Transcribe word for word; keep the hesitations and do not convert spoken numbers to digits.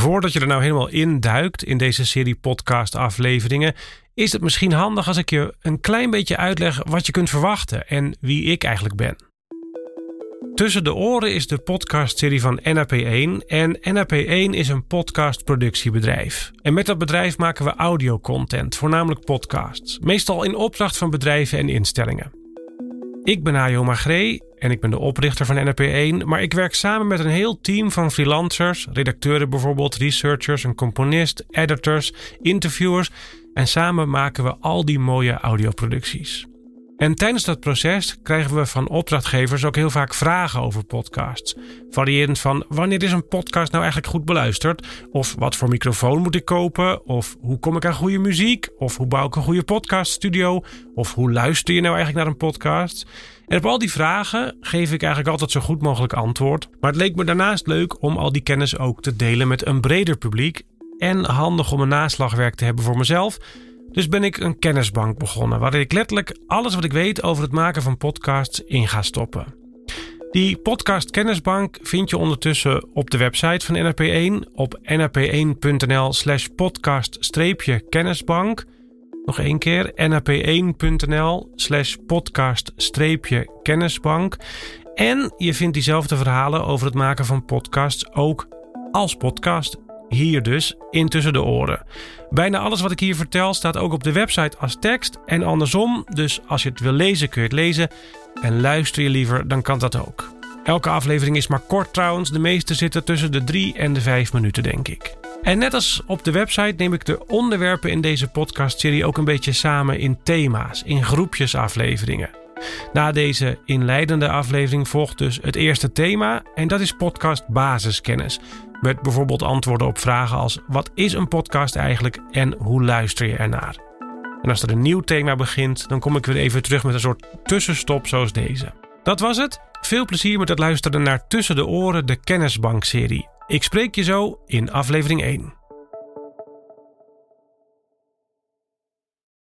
Voordat je er nou helemaal induikt in deze serie podcast-afleveringen, is het misschien handig als ik je een klein beetje uitleg wat je kunt verwachten en wie ik eigenlijk ben. Tussen de Oren is de podcastserie van N A P één en N A P één is een podcastproductiebedrijf. En met dat bedrijf maken we audiocontent, voornamelijk podcasts, meestal in opdracht van bedrijven en instellingen. Ik ben Hajo Magree en ik ben de oprichter van N A P één, maar ik werk samen met een heel team van freelancers, redacteuren bijvoorbeeld, researchers, een componist, editors, interviewers en samen maken we al die mooie audioproducties. En tijdens dat proces krijgen we van opdrachtgevers ook heel vaak vragen over podcasts. Variërend van wanneer is een podcast nou eigenlijk goed beluisterd? Of wat voor microfoon moet ik kopen? Of hoe kom ik aan goede muziek? Of hoe bouw ik een goede podcaststudio? Of hoe luister je nou eigenlijk naar een podcast? En op al die vragen geef ik eigenlijk altijd zo goed mogelijk antwoord. Maar het leek me daarnaast leuk om al die kennis ook te delen met een breder publiek. En handig om een naslagwerk te hebben voor mezelf. Dus ben ik een kennisbank begonnen, waarin ik letterlijk alles wat ik weet over het maken van podcasts in ga stoppen. Die podcast kennisbank vind je ondertussen op de website van N A P één op n a p één punt n l slash podcast kennisbank. Nog één keer, n a p één punt n l slash podcast kennisbank. En je vindt diezelfde verhalen over het maken van podcasts ook als podcast. Hier dus, in Tussen de Oren. Bijna alles wat ik hier vertel staat ook op de website als tekst en andersom. Dus als je het wil lezen kun je het lezen. En luister je liever, dan kan dat ook. Elke aflevering is maar kort trouwens. De meeste zitten tussen de drie en de vijf minuten denk ik. En net als op de website neem ik de onderwerpen in deze podcastserie ook een beetje samen in thema's, in groepjesafleveringen. Na deze inleidende aflevering volgt dus het eerste thema en dat is podcast basiskennis. Met bijvoorbeeld antwoorden op vragen als wat is een podcast eigenlijk en hoe luister je ernaar? En als er een nieuw thema begint, dan kom ik weer even terug met een soort tussenstop zoals deze. Dat was het. Veel plezier met het luisteren naar Tussen de Oren, de kennisbankserie. Ik spreek je zo in aflevering één.